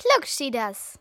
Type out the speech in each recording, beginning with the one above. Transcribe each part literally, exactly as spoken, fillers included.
Klugschieders.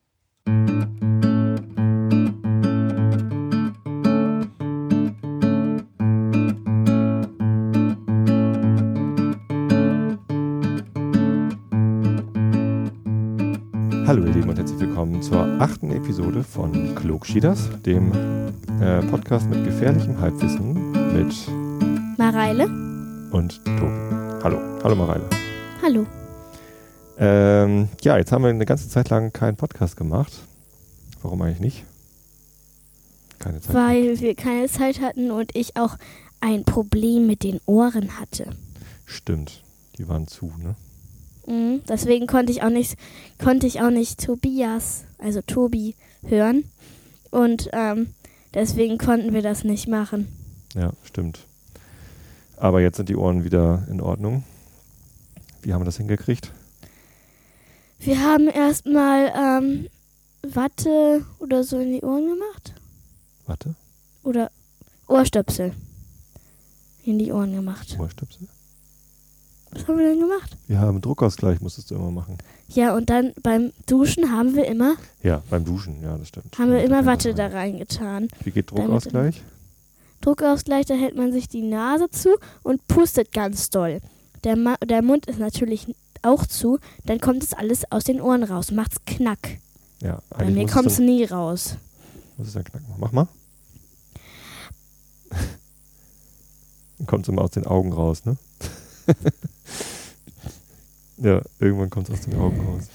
Hallo ihr Lieben und herzlich willkommen zur achten Episode von Klugschieders, dem äh, Podcast mit gefährlichem Halbwissen mit Mareile und Tobi. Hallo, hallo Mareile. Hallo. Ähm, ja, jetzt haben wir eine ganze Zeit lang keinen Podcast gemacht. Warum eigentlich nicht? Keine Zeit. Weil wir keine Zeit hatten und ich auch ein Problem mit den Ohren hatte. Stimmt, die waren zu, ne? Mhm, deswegen konnte ich auch nicht, konnte ich auch nicht Tobias, also Tobi, hören. Und ähm, deswegen konnten wir das nicht machen. Ja, stimmt. Aber jetzt sind die Ohren wieder in Ordnung. Wie haben wir das hingekriegt? Wir haben erstmal ähm, Watte oder so in die Ohren gemacht. Warte, Oder Ohrstöpsel in die Ohren gemacht. Ohrstöpsel. Was haben wir denn gemacht? Wir haben Druckausgleich, musstest du immer machen. Ja, und dann beim Duschen haben wir immer, Ja, beim Duschen, ja, das stimmt. haben wir Ja, immer da Watte kann da man rein. reingetan. Wie geht Druckausgleich? Druckausgleich, da hält man sich die Nase zu und pustet ganz doll. Der, Ma- der Mund ist natürlich auch zu, dann kommt es alles aus den Ohren raus, macht's knack. Ja, Bei mir muss kommt es es dann, nie raus. muss es dann knacken. Mach mal. Dann kommt es immer aus den Augen raus, ne? Ja, irgendwann kommt es aus den Augen raus.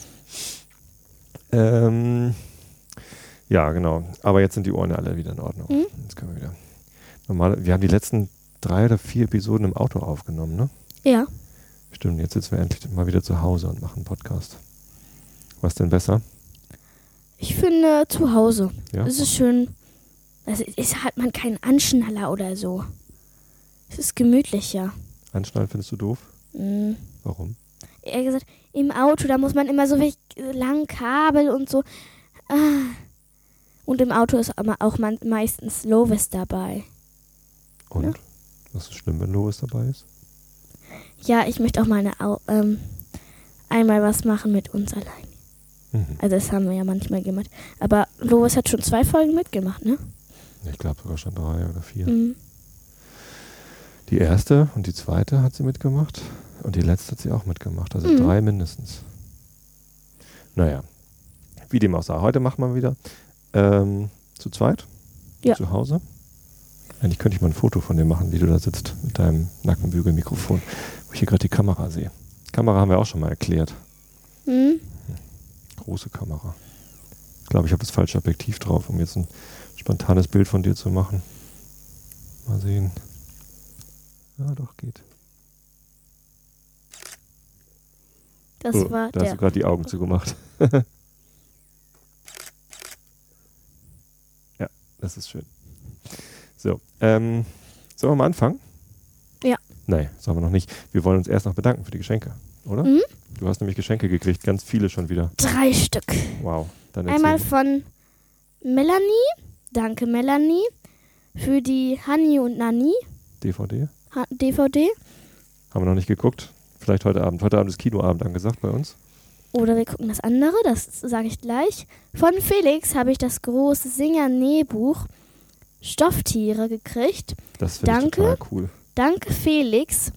Ähm, ja, genau. Aber jetzt sind die Ohren ja alle wieder in Ordnung. Mhm. Jetzt können wir wieder. Normal, wir haben die letzten drei oder vier Episoden im Auto aufgenommen, ne? Ja, Stimmt, jetzt sitzen wir endlich mal wieder zu Hause und machen einen Podcast. Was denn besser? ich finde zu Hause. Ja? Es ist schön, also es hat man keinen Anschnaller oder so. Es ist gemütlicher. Anschnallen findest du doof? Mhm. Warum? Eher gesagt, im Auto, da muss man immer so welche langen Kabel und so. Ah. Und im Auto ist aber auch man meistens Lovis dabei. Und? Ja. Was ist schlimm, wenn Lovis dabei ist? Ja, ich möchte auch mal eine, Au- ähm, einmal was machen mit uns allein. Mhm. Also das haben wir ja manchmal gemacht. Aber Lovis hat schon zwei Folgen mitgemacht, ne? Ich glaube sogar schon drei oder vier. Mhm. Die erste und die zweite hat sie mitgemacht und die letzte hat sie auch mitgemacht. Also Mhm. drei mindestens. Naja, wie dem auch sei. Heute machen wir wieder ähm, zu zweit, Ja. zu Hause. Eigentlich könnte ich mal ein Foto von dir machen, wie du da sitzt mit deinem Nackenbügelmikrofon, wo ich hier gerade die Kamera sehe. Kamera haben wir auch schon mal erklärt. Mhm. Große Kamera. Ich glaube, ich habe das falsche Objektiv drauf, um jetzt ein spontanes Bild von dir zu machen. Mal sehen. Ja, doch, geht. Das Oh, war da hast der. du gerade die Augen zugemacht. Ja, das ist schön. So, ähm, sollen wir mal anfangen? Ja. Nein, sollen wir noch nicht. Wir wollen uns erst noch bedanken für die Geschenke, oder? Mhm. Du hast nämlich Geschenke gekriegt, ganz viele schon wieder. Drei Stück. Wow. Dann erzähl. Einmal von Melanie. Danke, Melanie. Für die Hani und Nani D V D. Ha- D V D. Haben wir noch nicht geguckt. Vielleicht heute Abend. Heute Abend ist Kinoabend angesagt bei uns. Oder wir gucken das andere, das sage ich gleich. Von Felix habe ich das große Singer-Nähbuch Stofftiere gekriegt. Das finde ich Danke. total cool. Danke, Felix.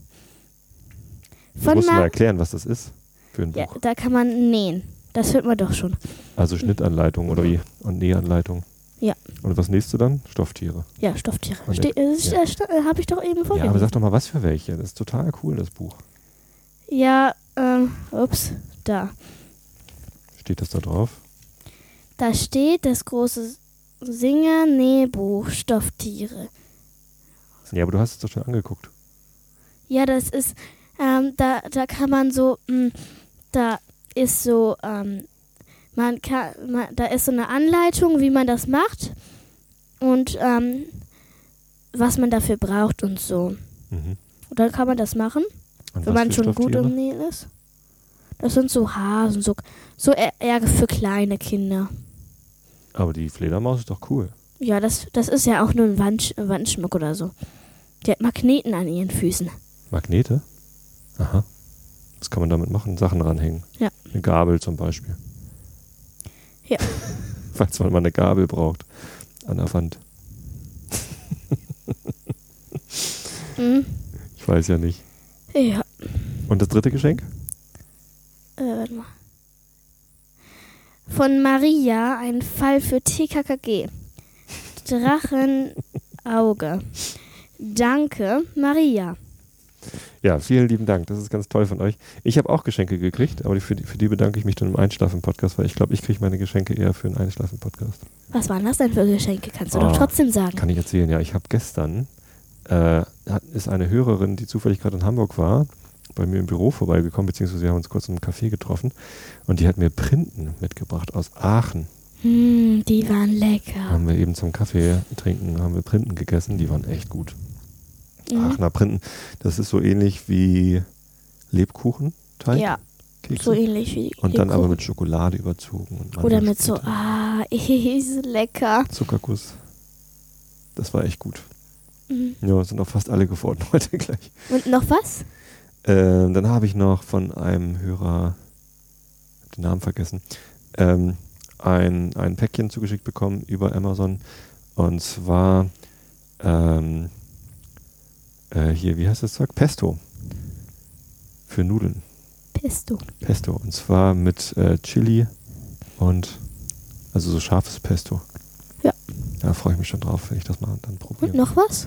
Du Von musst mal Ma- erklären, was das ist für ein ja, Buch. da kann man nähen. Das hört man doch schon. Also Schnittanleitung oder I- und Nähanleitung. Ja. Und was nähst du dann? Stofftiere. Ja, Stofftiere. Und Ste- äh, st- ja. äh, st- äh, habe ich doch eben Ja, vorgelesen. aber sag doch mal, was für welche. Das ist total cool, das Buch. Ja, ähm, ups, da. Steht das da drauf? Da steht das große Singer-Nähbuch Stofftiere. Ja, aber du hast es doch schon angeguckt. Ja, das ist, ähm, da, da kann man so, mh, da ist so, ähm, man kann, man, da ist so eine Anleitung, wie man das macht und ähm, was man dafür braucht und so. Mhm. Und dann kann man das machen, Und wenn was man für schon gut Stofftiere? im Nähen ist. Das sind so Hasen, so, so eher, eher für kleine Kinder. Aber die Fledermaus ist doch cool. Ja, das, das ist ja auch nur ein Wand, Wandschmuck oder so. Die hat Magneten an ihren Füßen. Magnete? Aha. Was kann man damit machen? Sachen ranhängen. Ja. Eine Gabel zum Beispiel. Ja. Falls man mal eine Gabel braucht. An der Wand. Mhm. Ich weiß ja nicht. Ja. Und das dritte Geschenk? Äh, warte mal. Von Maria, ein Fall für T K K G. Drachenauge. Danke, Maria. Ja, vielen lieben Dank. Das ist ganz toll von euch. Ich habe auch Geschenke gekriegt, aber für die, für die bedanke ich mich dann im Einschlafen-Podcast, weil ich glaube, ich kriege meine Geschenke eher für einen Einschlafen-Podcast. Was waren das denn für Geschenke? Kannst du Oh, doch trotzdem sagen. Kann ich erzählen, ja. Ich habe gestern, äh, hat, ist eine Hörerin, die zufällig gerade in Hamburg war, bei mir im Büro vorbeigekommen, beziehungsweise wir haben uns kurz im Café getroffen und die hat mir Printen mitgebracht aus Aachen. Hm, die waren lecker. Haben wir eben zum Kaffee trinken, haben wir Printen gegessen, die waren echt gut. Mhm. Aachener Printen, das ist so ähnlich wie Lebkuchenteig. Ja, Kekse. so ähnlich wie Und dann Lebkuchen. aber mit Schokolade überzogen. Und Oder mit so, Mandelspitze. ah, ist lecker. Zuckerguss. Das war echt gut. Mhm. Ja, sind auch fast alle geworden heute gleich. Und noch was? Ähm, dann habe ich noch von einem Hörer, hab den Namen vergessen, ähm, ein, ein Päckchen zugeschickt bekommen über Amazon. Und zwar ähm, äh, hier, wie heißt das Zeug? Pesto. Für Nudeln. Pesto. Pesto. Und zwar mit äh, Chili und also so scharfes Pesto. Ja. Da freue ich mich schon drauf, wenn ich das mal dann probiere. Und noch was?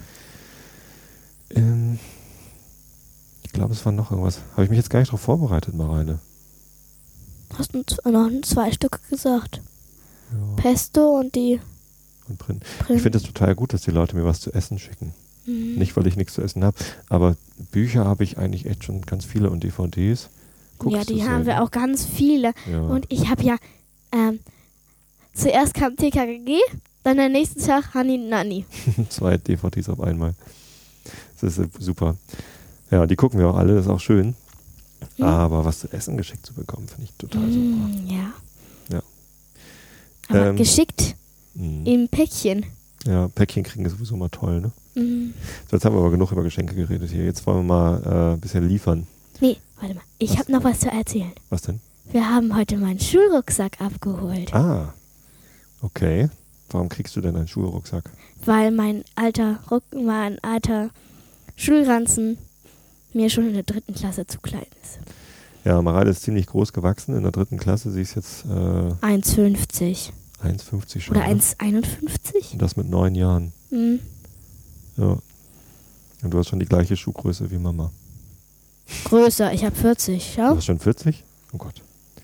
Ähm, ich glaube, es war noch irgendwas. Habe ich mich jetzt gar nicht darauf vorbereitet, Mareile. Hast du z- noch zwei Stücke gesagt. Ja. Pesto und die Und Prin- Prin- Ich finde es total gut, dass die Leute mir was zu essen schicken. Mhm. Nicht, weil ich nichts zu essen habe, aber Bücher habe ich eigentlich echt schon ganz viele und D V Ds. Guckst Ja, die du haben selber? wir auch ganz viele. Ja. Und ich habe ja, ähm, zuerst kam T K K G, dann am nächsten Tag Hani Nani. Zwei D V Ds auf einmal. Das ist äh, super. Ja, die gucken wir auch alle, das ist auch schön. Mhm. Aber was zu essen geschickt zu bekommen, finde ich total super. Mm, ja. Ja. Aber Ähm, geschickt Mhm. im Päckchen. Ja, Päckchen kriegen ist sowieso mal toll, ne? Mhm. So, jetzt haben wir aber genug über Geschenke geredet hier. Jetzt wollen wir mal äh, ein bisschen liefern. Nee, warte mal. Ich Was? habe noch was zu erzählen. Was denn? Wir haben heute meinen Schulrucksack abgeholt, Ah, okay. Warum kriegst du denn einen Schulrucksack? weil mein alter Ruck, mein alter Schulranzen mir schon in der dritten Klasse zu klein ist. Ja, Mareile ist ziemlich groß gewachsen. In der dritten Klasse, sie ist jetzt äh, eins fünfzig eins fünfzig schon. oder ne? eins einundfünfzig. Und das mit neun Jahren. Mhm. Ja. Und du hast schon die gleiche Schuhgröße wie Mama. Größer, ich habe vierzig, Du schau. hast schon vierzig? Oh Gott.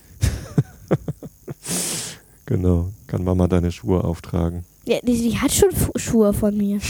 Genau. Kann Mama deine Schuhe auftragen. Ja, die, die hat schon Fu- Schuhe von mir.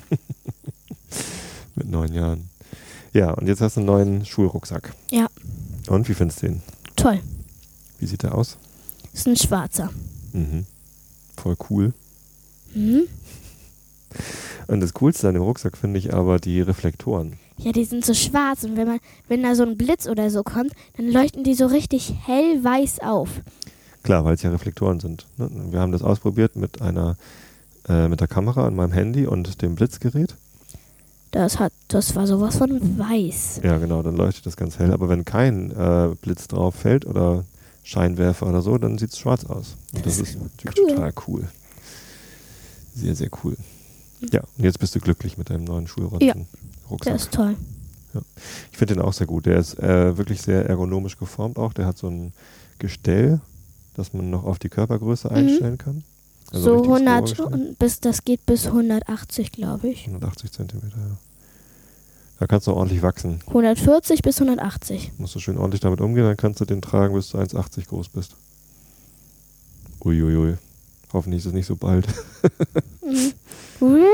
Mit neun Jahren. Ja, und jetzt hast du einen neuen Schulrucksack. Ja. Und wie findest du den? Toll. Wie sieht der aus? Ist ein schwarzer. Mhm. Voll cool. Mhm. Und das Coolste an dem Rucksack finde ich aber die Reflektoren. Ja, die sind so schwarz und wenn man, wenn da so ein Blitz oder so kommt, dann leuchten die so richtig hellweiß auf. Klar, weil es ja Reflektoren sind. Ne? Wir haben das ausprobiert mit einer äh, mit der Kamera an meinem Handy und dem Blitzgerät. Das hat, das war sowas von weiß. Ja, genau, dann leuchtet das ganz hell. Aber wenn kein äh, Blitz drauf fällt oder Scheinwerfer oder so, dann sieht es schwarz aus. Und das, Das ist natürlich cool. total cool. Sehr, sehr cool. Ja, und jetzt bist du glücklich mit deinem neuen Schulranzen. Ja. Rucksack. Der ist toll. Ich finde den auch sehr gut. Der ist äh, wirklich sehr ergonomisch geformt auch. Der hat so ein Gestell, das man noch auf die Körpergröße Mhm. einstellen kann. Also So richtiges hundert Rohrgestell. und bis, das geht bis hundertachtzig, glaube ich. hundertachtzig Zentimeter, ja. Da kannst du ordentlich wachsen. hundertvierzig bis hundertachtzig. Musst du schön ordentlich damit umgehen, dann kannst du den tragen, bis du eins Komma achtzig groß bist. Uiuiui. Hoffentlich ist es nicht so bald. Mhm. Ui.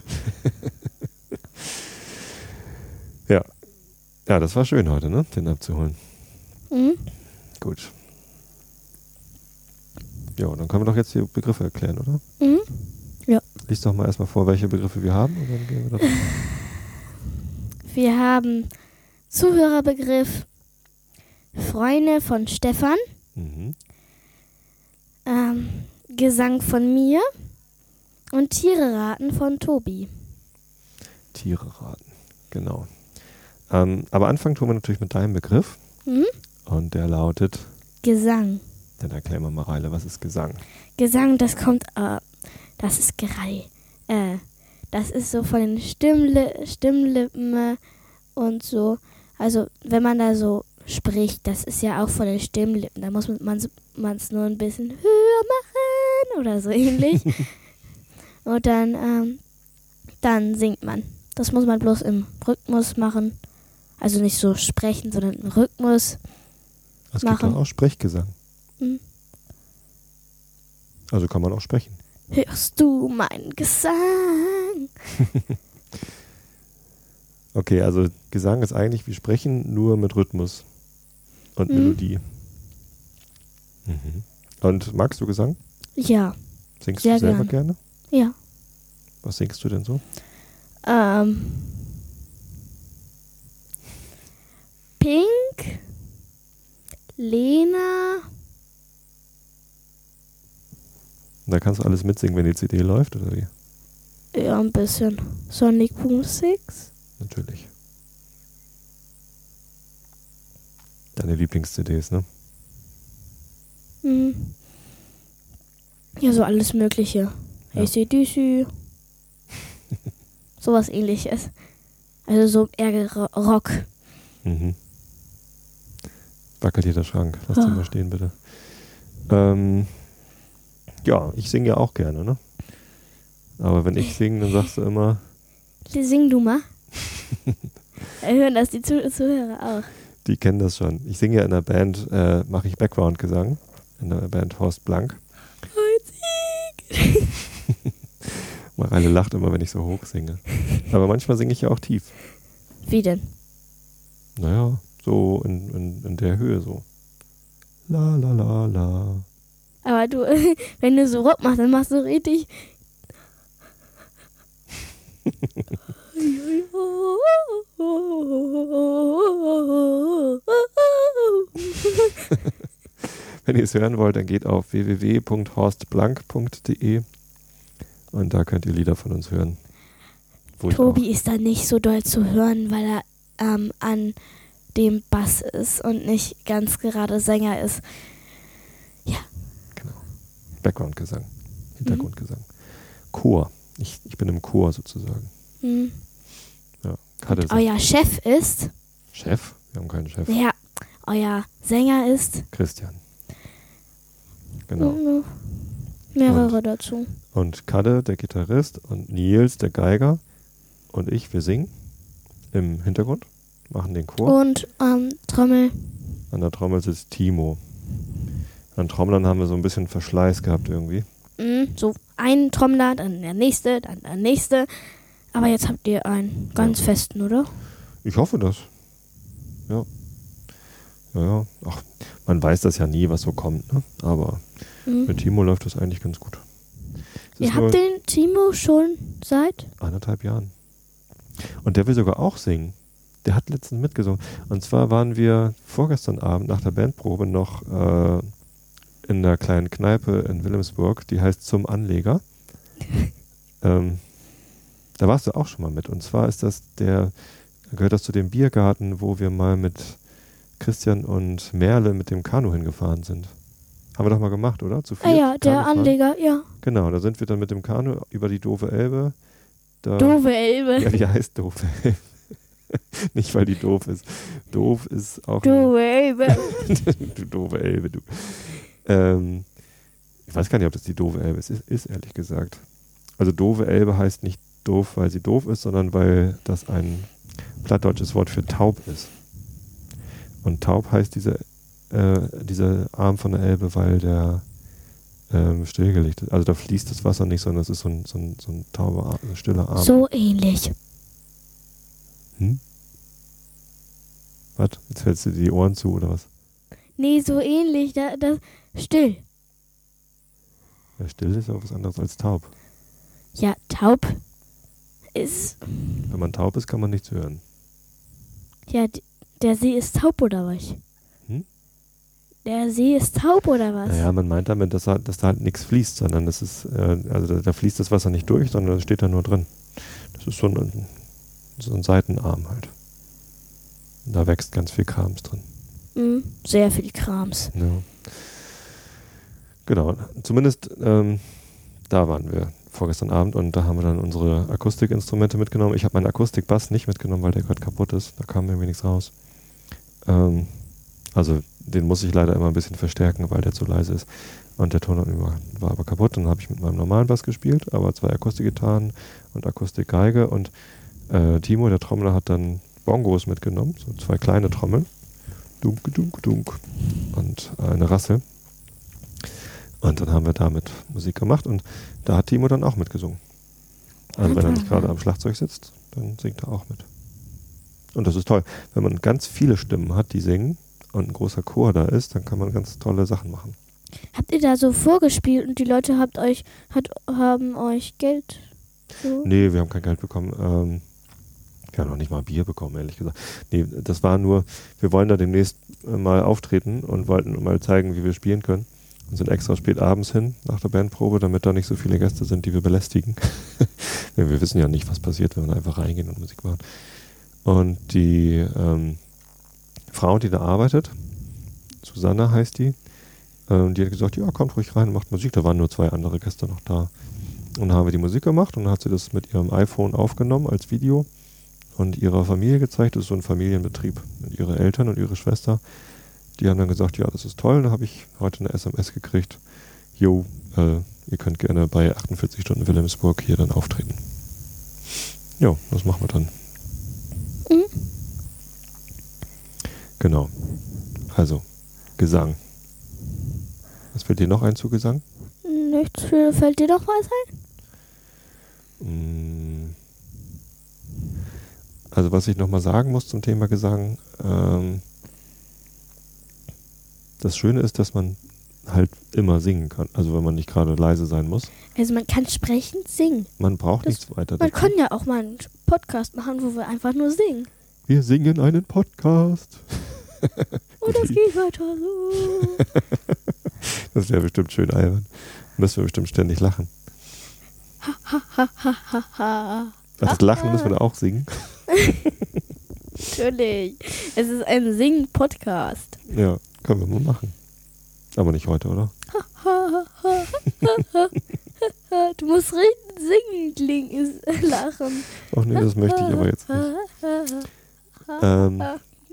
Ja. Ja, das war schön heute, ne? Den abzuholen. Mhm. Gut. Ja, dann können wir doch jetzt die Begriffe erklären, oder? Mhm. Lies doch mal erstmal vor, welche Begriffe wir haben und dann gehen wir da. Wir haben Zuhörerbegriff Freunde von Stefan, Mhm. ähm, Gesang von mir und Tiere raten von Tobi. Tiere raten. Genau. Ähm, aber anfangen tun wir natürlich mit deinem Begriff. Mhm. Und der lautet Gesang. Dann erklär mal, Mareile, was ist Gesang? Gesang, das kommt, äh, das ist Gerei. Äh, das ist so von den Stimmli- Stimmlippen äh, und so. Also, wenn man da so spricht, das ist ja auch von den Stimmlippen. Da muss man es nur ein bisschen höher machen oder so ähnlich. Und dann, ähm, dann singt man. Das muss man bloß im Rhythmus machen. Also nicht so sprechen, sondern im Rhythmus Es machen. gibt doch auch Sprechgesang. Mhm. Also kann man auch sprechen. Hörst du meinen Gesang? Okay, also Gesang ist eigentlich wie Sprechen, nur mit Rhythmus und Mhm. Melodie. Mhm. Und magst du Gesang? Ja, Singst Sehr du selber gern. gerne? ja. Was singst du denn so? Ähm, Pink, Lena, Und da kannst du alles mitsingen, wenn die C D läuft, oder wie? ja, ein bisschen. Sonic Boom six. Natürlich. Deine Lieblings-C Ds, ne? Mhm. Ja, so alles Mögliche. Ja. A C D C. Sowas ähnliches. Also so eher Ro- Rock. Mhm. Wackelt hier der Schrank. Lass Ah. den mal stehen, bitte. Ähm, ja, ich singe ja auch gerne, ne? Aber wenn ich singe, dann sagst du immer, Sing du mal. Wir hören das die Zuh- Zuhörer auch. die kennen das schon. Ich singe ja in der Band, äh, mache ich Background-Gesang. In der Band Horst Blank. Mareile lacht immer, wenn ich so hoch singe. Aber manchmal singe ich ja auch tief. Wie denn? Naja, so in, in, in der Höhe so. La la la la. Aber du, wenn du so Rock machst, dann machst du richtig. Wenn ihr es hören wollt, dann geht auf w w w punkt horstblank punkt d e und da könnt ihr Lieder von uns hören. Wo ich Tobi ist da nicht so doll zu hören, weil er ähm, an dem Bass ist und nicht ganz gerade Sänger ist. auch, genau. Background-Gesang, Hintergrundgesang. Chor. Ich, ich bin im Chor sozusagen. Hm. Ja. Kade ist Euer Chef ist, Chef. Wir haben keinen Chef. ja, euer Sänger ist, Christian. Genau. Mhm. mehrere Und? dazu. Und Kade, der Gitarrist, und Nils, der Geiger, und ich, wir singen im Hintergrund, machen den Chor. Und ähm, Trommel. An der Trommel sitzt Timo. An Trommlern haben wir so ein bisschen Verschleiß gehabt irgendwie. Mhm. So ein Trommler, dann der nächste, dann der nächste. Aber jetzt habt ihr einen ganz Ja. festen, oder? Ich hoffe das. Ja. Ja, ja. Ach, man weiß das ja nie, was so kommt, ne? Aber Mhm. mit Timo läuft das eigentlich ganz gut. Es Ihr ist nur habt den Timo schon seit? anderthalb Jahren. Und der will sogar auch singen. Der hat letztens mitgesungen. Und zwar waren wir vorgestern Abend nach der Bandprobe noch äh, in einer kleinen Kneipe in Wilhelmsburg, die heißt Zum Anleger. ähm, da warst du auch schon mal mit. Und zwar ist das der, gehört das zu dem Biergarten, wo wir mal mit Christian und Merle mit dem Kanu hingefahren sind. Haben wir doch mal gemacht, oder? Zu Ah viert ja, der Kanu fahren. Anleger, ja. Genau, da sind wir dann mit dem Kanu über die Doofe Elbe. Da, Doofe Elbe. Ja, die heißt Doofe Elbe. Nicht, weil die doof ist. Doof ist auch... Doofe Elbe. du doofe Elbe, du. Ähm, ich weiß gar nicht, ob das die doofe Elbe ist, ist, ist, ehrlich gesagt. Also doofe Elbe heißt nicht doof, weil sie doof ist, sondern weil das ein plattdeutsches Wort für taub ist. Und taub heißt diese, äh, dieser Arm von der Elbe, weil der ähm, stillgelegt ist. Also da fließt das Wasser nicht, sondern es ist so ein, so ein, so ein tauber, Ar- ein stiller Arm. So ähnlich. Hm? Was? Jetzt hältst du dir die Ohren zu, oder was? Nee, so ähnlich. Da, das, still. Ja, still ist auch was anderes als taub. Ja, taub ist. Wenn man taub ist, kann man nichts hören. Ja, d- der See ist taub oder was? Hm? Der See ist taub oder was? Naja, man meint damit, dass, da- dass da halt nichts fließt, sondern das ist, äh, also da, da fließt das Wasser nicht durch, sondern das steht da nur drin. Das ist so ein, so ein Seitenarm halt. Und da wächst ganz viel Krams drin. Mhm, sehr viel Krams. Ja. Genau, zumindest ähm, da waren wir vorgestern Abend und da haben wir dann unsere Akustikinstrumente mitgenommen. Ich habe meinen Akustikbass nicht mitgenommen, weil der gerade kaputt ist. Da kam irgendwie nichts raus. Ähm, also den muss ich leider immer ein bisschen verstärken, weil der zu leise ist. Und der Ton war, war aber kaputt. Dann habe ich mit meinem normalen Bass gespielt, aber zwei Akustikgitarren und Akustikgeige. Und äh, Timo, der Trommler, hat dann Bongos mitgenommen, so zwei kleine Trommeln. Dunk, dunk, dunk. Und eine Rassel. Und dann haben wir damit Musik gemacht und da hat Timo dann auch mitgesungen. Also wenn er nicht gerade am Schlagzeug sitzt, dann singt er auch mit. Und das ist toll. Wenn man ganz viele Stimmen hat, die singen und ein großer Chor da ist, dann kann man ganz tolle Sachen machen. Habt ihr da so vorgespielt und die Leute habt euch, hat, haben euch Geld? So? Nee, wir haben kein Geld bekommen. Ähm, wir haben noch nicht mal Bier bekommen, ehrlich gesagt. Nee, das war nur, wir wollen da demnächst mal auftreten und wollten mal zeigen, wie wir spielen können. Und sind extra spät abends hin, nach der Bandprobe, damit da nicht so viele Gäste sind, die wir belästigen. Wir wissen ja nicht, was passiert, wenn wir einfach reingehen und Musik machen. Und die ähm, Frau, die da arbeitet, Susanne heißt die, ähm, die hat gesagt, ja, kommt ruhig rein und macht Musik. Da waren nur zwei andere Gäste noch da. Und dann haben wir die Musik gemacht und dann hat sie das mit ihrem iPhone aufgenommen als Video und ihrer Familie gezeigt. Das ist so ein Familienbetrieb mit ihren Eltern und ihrer Schwester. Die haben dann gesagt, ja, das ist toll. Da habe ich heute eine S M S gekriegt. Jo, äh, ihr könnt gerne bei achtundvierzig Stunden Wilhelmsburg hier dann auftreten. Jo, das machen wir dann. Mhm. Genau. Also, Gesang. Was fällt dir noch ein zu Gesang? Nichts. Fällt dir noch was ein? Also, was ich nochmal sagen muss zum Thema Gesang, ähm, das Schöne ist, dass man halt immer singen kann. Also wenn man nicht gerade leise sein muss. Also man kann sprechend singen. Man braucht das, nichts weiter. Man kann ja auch mal einen Podcast machen, wo wir einfach nur singen. Wir singen einen Podcast. Und das geht weiter so. Das wäre bestimmt schön albern. Müssen wir bestimmt ständig lachen. Ha, ha, ha, ha, ha, ha. Das Lachen müssen wir da auch singen. Natürlich. Es ist ein Sing-Podcast. Ja, können wir mal machen. Aber nicht heute, oder? Du musst richtig singen klingen, lachen. Ach nee, das möchte ich aber jetzt nicht. Ähm,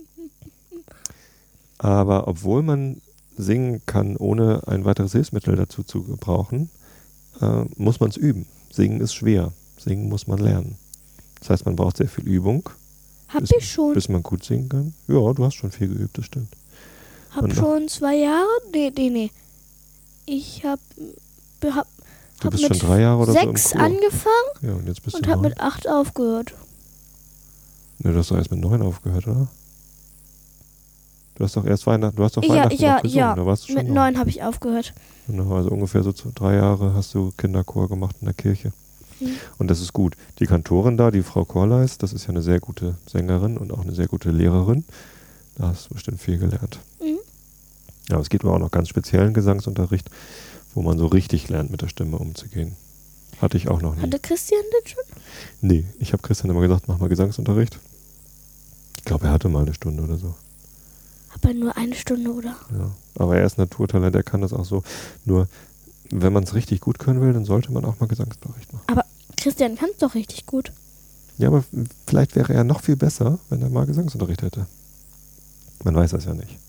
aber obwohl man singen kann, ohne ein weiteres Hilfsmittel dazu zu gebrauchen, äh, muss man es üben. Singen ist schwer. Singen muss man lernen. Das heißt, man braucht sehr viel Übung. Hab bis, ich schon. Bis man gut singen kann. Ja, du hast schon viel geübt, das stimmt. Hab Und schon zwei Jahre? Nee, nee, nee. Ich hab, hab, du hab bist mit schon drei Jahre oder sechs so im Chor. angefangen Ja, und jetzt bist und du hab neun. mit acht aufgehört. Ne, du hast doch erst mit neun aufgehört, oder? Du hast doch erst Weihnachten, du hast doch Ja, Weihnachten ja, noch gesungen, ja. da warst du schon Mit neun habe ich aufgehört. Genau, also ungefähr so zu drei Jahre hast du Kinderchor gemacht in der Kirche. Hm. Und das ist gut. Die Kantorin da, die Frau Korleis, das ist ja eine sehr gute Sängerin und auch eine sehr gute Lehrerin. Da hast du bestimmt viel gelernt. Mhm. Ja, es gibt aber auch noch ganz speziellen Gesangsunterricht, wo man so richtig lernt, mit der Stimme umzugehen. Hatte ich auch noch nie. Hatte Christian den schon? Nee, ich habe Christian immer gesagt, mach mal Gesangsunterricht. Ich glaube, er hatte mal eine Stunde oder so. Aber nur eine Stunde, oder? Ja, aber er ist Naturtalent, er kann das auch so. Nur, wenn man es richtig gut können will, dann sollte man auch mal Gesangsunterricht machen. Aber Christian kann es doch richtig gut. Ja, aber vielleicht wäre er noch viel besser, wenn er mal Gesangsunterricht hätte. Man weiß das ja nicht.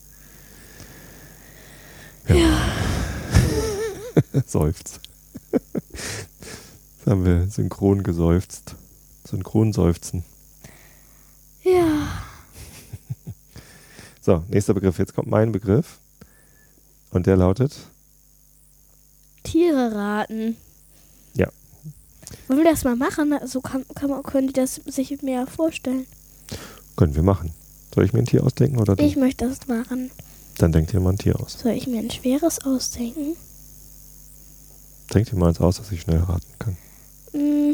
Ja. ja. Seufzt. Jetzt haben wir synchron geseufzt. Synchron seufzen. Ja. So, nächster Begriff. Jetzt kommt mein Begriff. Und der lautet? Tiere raten. Ja. Wollen wir das mal machen? So kann, kann man, können die das sich mehr vorstellen. Können wir machen. Soll ich mir ein Tier ausdenken oder du? Ich möchte das machen. Dann denk dir mal ein Tier aus. Soll ich mir ein schweres ausdenken? Denk dir mal eins aus, dass ich schnell raten kann. Mm.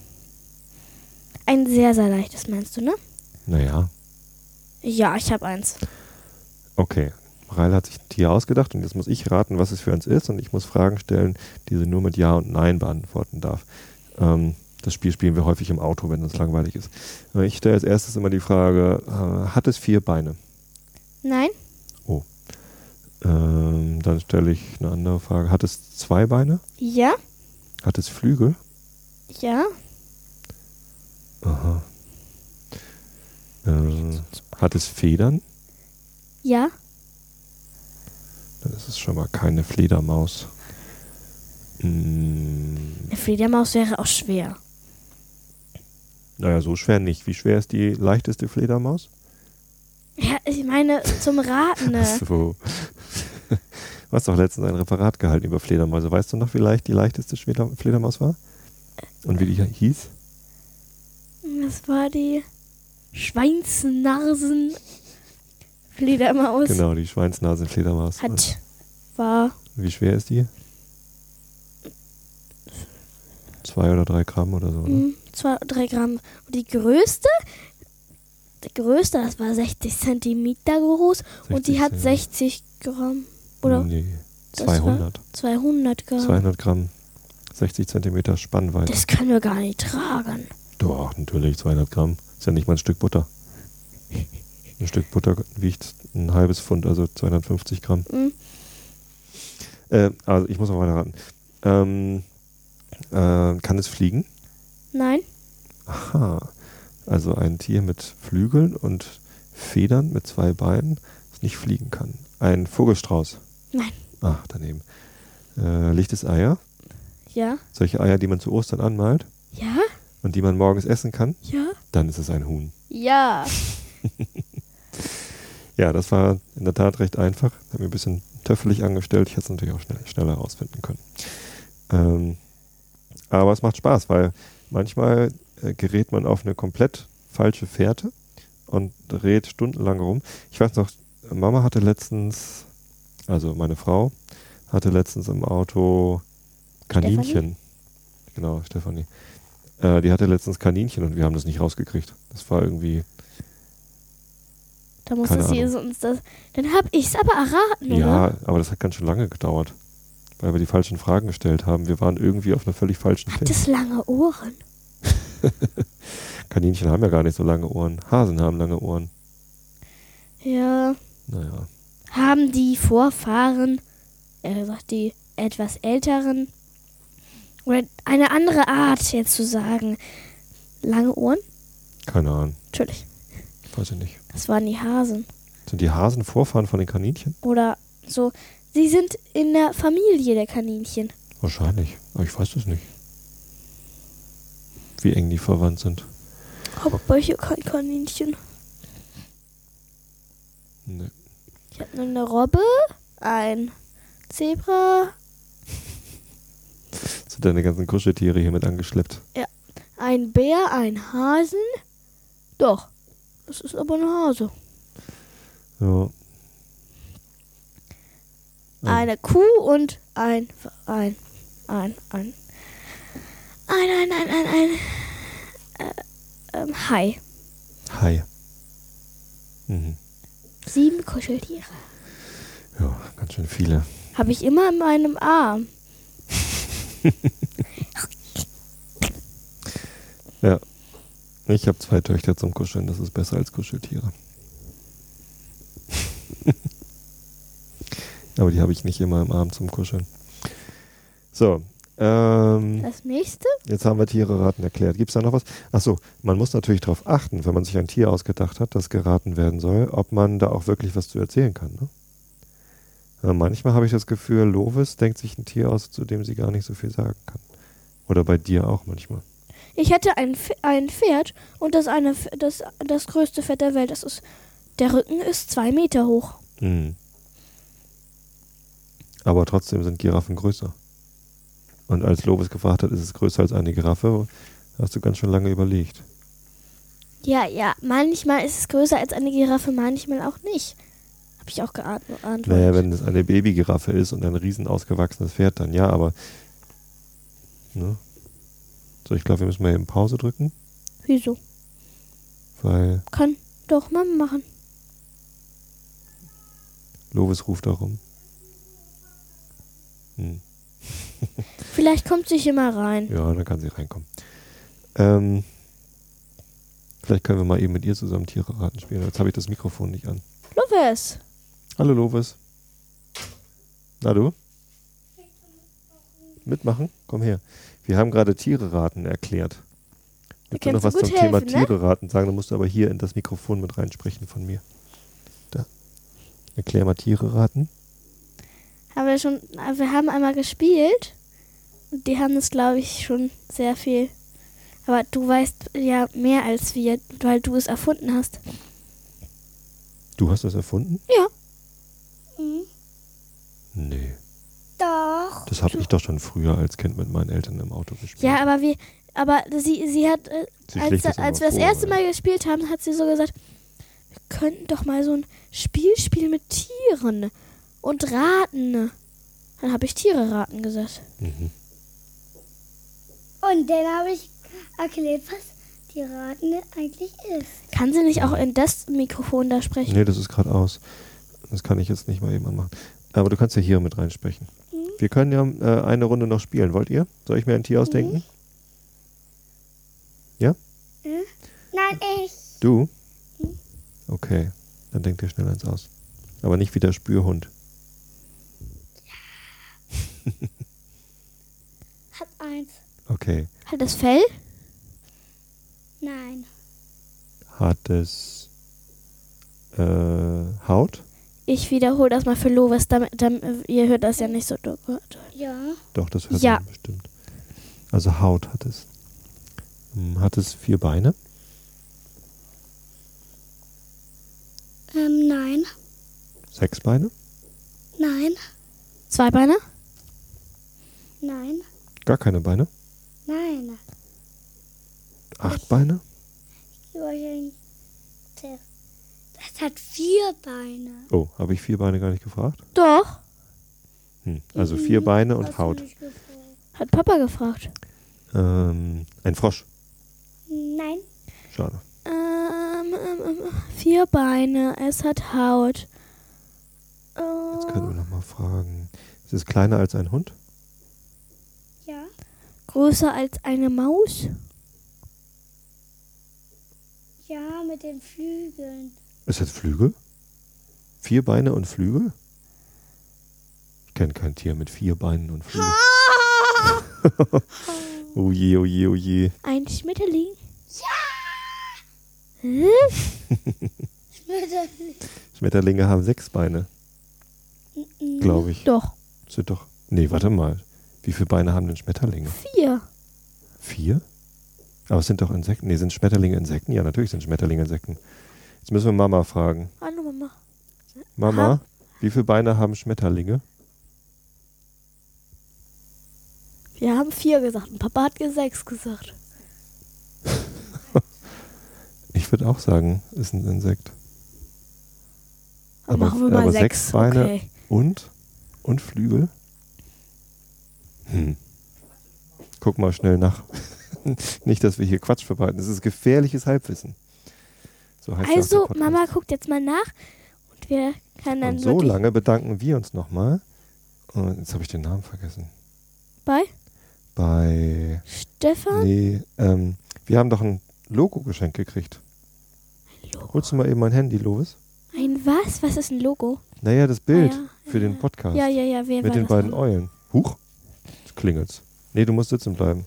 Ein sehr, sehr leichtes meinst du, ne? Naja. Ja, ich habe eins. Okay. Mareile hat sich ein Tier ausgedacht und jetzt muss ich raten, was es für eins ist und ich muss Fragen stellen, die sie nur mit Ja und Nein beantworten darf. Ähm, das Spiel spielen wir häufig im Auto, wenn es langweilig ist. Ich stelle als erstes immer die Frage, äh, hat es vier Beine? Nein? Oh. Ähm, dann stelle ich eine andere Frage. Hat es zwei Beine? Ja. Hat es Flügel? Ja. Aha. Äh, hat es Federn? Ja. Dann ist es schon mal keine Fledermaus. Hm, Eine Fledermaus wäre auch schwer. naja, so schwer nicht. Wie schwer ist die leichteste Fledermaus? Ja, ich meine, zum Raten. Ne? Ach so. Du hast doch letztens ein Referat gehalten über Fledermäuse. Weißt du noch, wie leicht die leichteste Fleder- Fledermaus war? Und wie die hieß? Das war die Schweinsnasen Fledermaus. Genau, die Schweinsnasenfledermaus. Und Hat, war, wie schwer ist die? Zwei oder drei Gramm oder so, ne? mh, zwei, drei Gramm. Und die größte, die größte, das war sechzig Zentimeter groß und die hat sechzig Gramm. Oder Nee, das zweihundert. zweihundert Gramm. zweihundert Gramm, sechzig Zentimeter Spannweite. Das können wir gar nicht tragen. Doch, natürlich, zweihundert Gramm. Ist ja nicht mal ein Stück Butter. Ein Stück Butter wiegt ein halbes Pfund, also zweihundertfünfzig Gramm. Mhm. Äh, also ich muss noch weiter raten. Ähm, äh, kann es fliegen? Nein, Aha. Also ein Tier mit Flügeln und Federn mit zwei Beinen, das nicht fliegen kann. Ein Vogelstrauß? Nein. Ach, daneben. Äh, legt es Eier? ja, Solche Eier, die man zu Ostern anmalt ja, und die man morgens essen kann? ja, Dann ist es ein Huhn. ja. Ja, das war in der Tat recht einfach. Ich habe mir ein bisschen töffelig angestellt. Ich hätte es natürlich auch schnell, schneller herausfinden können. Ähm, aber es macht Spaß, weil manchmal äh, gerät man auf eine komplett falsche Fährte und dreht stundenlang rum. Ich weiß noch, Mama hatte letztens, also meine Frau, hatte letztens im Auto Kaninchen. Stefanie? Genau, Stefanie. Äh, die hatte letztens Kaninchen und wir haben das nicht rausgekriegt. Das war irgendwie... Da muss Keine sie Ahnung. uns das. Dann hab ich's aber erraten, Ja, oder? aber das hat ganz schön lange gedauert, weil wir die falschen Fragen gestellt haben. Wir waren irgendwie auf einer völlig falschen Hat Fährte. es lange Ohren? Kaninchen haben ja gar nicht so lange Ohren. Hasen haben lange Ohren. Ja. Naja. Haben die Vorfahren, er gesagt, die etwas älteren, oder eine andere Art jetzt zu sagen, lange Ohren? Keine Ahnung. Natürlich. Weiß ich nicht. Das waren die Hasen. Sind die Hasen Vorfahren von den Kaninchen? Oder so. Sie sind in der Familie der Kaninchen. Wahrscheinlich. Aber ich weiß das nicht. Wie eng die verwandt sind. Hab welche kein Kaninchen. Nee. Ich habe eine Robbe, ein Zebra, Sind deine ganzen Kuscheltiere hier mit angeschleppt? ein Bär, ein Hasen. Doch. Das ist aber ein Hase. Ja. Eine Kuh und ein, ein, ein, ein, ein, ein, ein, ein, ein, äh, ähm, Hai. Hai. Mhm. Sieben Kuscheltiere. Ja, ganz schön viele. Habe ich immer in meinem Arm. Ja. Ich habe zwei Töchter zum Kuscheln. Das ist besser als Kuscheltiere. Aber die habe ich nicht immer im Arm zum Kuscheln. So. Ähm, Das nächste? jetzt haben wir Tiere-Raten erklärt. Gibt es da noch was? Achso, man muss natürlich darauf achten, wenn man sich ein Tier ausgedacht hat, das geraten werden soll, ob man da auch wirklich was zu erzählen kann. Ne? Ja, manchmal habe ich das Gefühl, Lovis denkt sich ein Tier aus, zu dem sie gar nicht so viel sagen kann. Oder bei dir auch manchmal. Ich hätte ein, Pf- ein Pferd und das, eine, Pf- das, das größte Pferd der Welt. Das ist, der Rücken ist zwei Meter hoch. Mhm. Aber trotzdem sind Giraffen größer. Und als Lovis gefragt hat, ist es größer als eine Giraffe, hast du ganz schön lange überlegt. Ja, ja, manchmal ist es größer als eine Giraffe, manchmal auch nicht. Habe ich auch geantwortet. Naja, wenn es eine Babygiraffe ist und ein riesen ausgewachsenes Pferd, dann ja, aber... Ne? So, ich glaube, wir müssen mal eben Pause drücken, Wieso? weil Kann doch Mama machen. Lovis ruft auch rum. Hm. Vielleicht kommt sie hier mal rein. Ja, dann kann sie reinkommen. Ähm, vielleicht können wir mal eben mit ihr zusammen Tiere raten spielen. Jetzt habe ich das Mikrofon nicht an. Lovis. Hallo Lovis. Na du? Mitmachen? Komm her. Wir haben gerade Tiere raten erklärt. Ich will noch was zum helfen, Thema ne? Tiere raten sagen, dann musst du aber hier in das Mikrofon mit reinsprechen von mir. Da. Erklär mal Tiere raten. Haben wir schon, wir haben einmal gespielt und die haben es, glaube ich, schon sehr viel. Aber du weißt ja mehr als wir, weil du es erfunden hast. Du hast das erfunden? Ja. Mhm. Nee. Doch. Das habe ich doch schon früher als Kind mit meinen Eltern im Auto gespielt. Ja, aber wir, aber sie, sie hat, äh, Sie als, schlägt das als immer wir das vor, erste oder? Mal gespielt haben, hat sie so gesagt, wir könnten doch mal so ein Spiel spielen mit Tieren und raten. Dann habe ich Tiere raten gesagt. Mhm. Und dann habe ich erklärt, was die Raten eigentlich ist. Kann sie nicht auch in das Mikrofon da sprechen? Nee, das ist gerade aus. Das kann ich jetzt nicht mal eben anmachen. Aber du kannst ja hier mit reinsprechen. Mhm. Wir können ja äh, eine Runde noch spielen. Wollt ihr? Soll ich mir ein Tier ausdenken? Mhm. Ja? Mhm. Nein, ich. Du? Mhm. Okay, dann denk dir schnell eins aus. Aber nicht wie der Spürhund. Hat eins. Okay. Hat das Fell? Nein. Hat es äh, Haut? Ich wiederhole das mal für Lovis, damit, damit ihr hört das ja nicht so doll. Ja. Doch, das hört Ja. man bestimmt. Also Haut hat es. Hm, Hat es vier Beine? Ähm, nein. Sechs Beine? Nein. Zwei Beine? Nein. Gar keine Beine? Nein. Acht Beine? Ich gebe euch einen Tipp. Das hat vier Beine. Oh, habe ich vier Beine gar nicht gefragt? Doch. Hm. Also vier Beine und Hast du Haut. nicht gefragt? Hat Papa gefragt. Ähm, ein Frosch. Nein. Schade. Ähm, ähm, ähm, vier Beine, es hat Haut. Jetzt können wir Äh, noch mal fragen. Ist es kleiner als ein Hund? Ja. größer als eine Maus? Ja, mit den Flügeln. Es hat Flügel? Vier Beine und Flügel? Ich kenne kein Tier mit vier Beinen und Flügeln. Oh je, oh je, oh je. Ein Schmetterling? Ja. Hm? Schmetterling. Schmetterlinge haben sechs Beine, Mhm. glaube ich. Doch. Sind doch. Nee, warte mal. Wie viele Beine haben denn Schmetterlinge? Vier. Vier? Aber es sind doch Insekten. Nee, sind Schmetterlinge Insekten? Ja, natürlich sind Schmetterlinge Insekten. Jetzt müssen wir Mama fragen. Hallo Mama. Mama, Hab- wie viele Beine haben Schmetterlinge? Wir haben vier gesagt und Papa hat sechs gesagt. Ich würde auch sagen, ist ein Insekt. Dann Aber- machen wir mal aber sechs. sechs Beine. Okay. Und? Und Flügel? Hm. Guck mal schnell nach. Nicht, dass wir hier Quatsch verbreiten. Das ist gefährliches Halbwissen. So heißt ja auch Also, der Podcast. Mama guckt jetzt mal nach und wir können dann Und so wirklich lange bedanken wir uns nochmal. Und jetzt habe ich den Namen vergessen. bei Bei. Stefan. Nee, ähm, wir haben doch ein Logo-Geschenk gekriegt. Logo. Holst du mal eben mein Handy, Lovis? Ein was? Was ist ein Logo? Naja, das Bild Ah, ja, für ja, den ja. Podcast. Ja, ja, ja. Wer Mit war den das beiden noch? Eulen. Huch, jetzt klingelt's. Nee, du musst sitzen bleiben.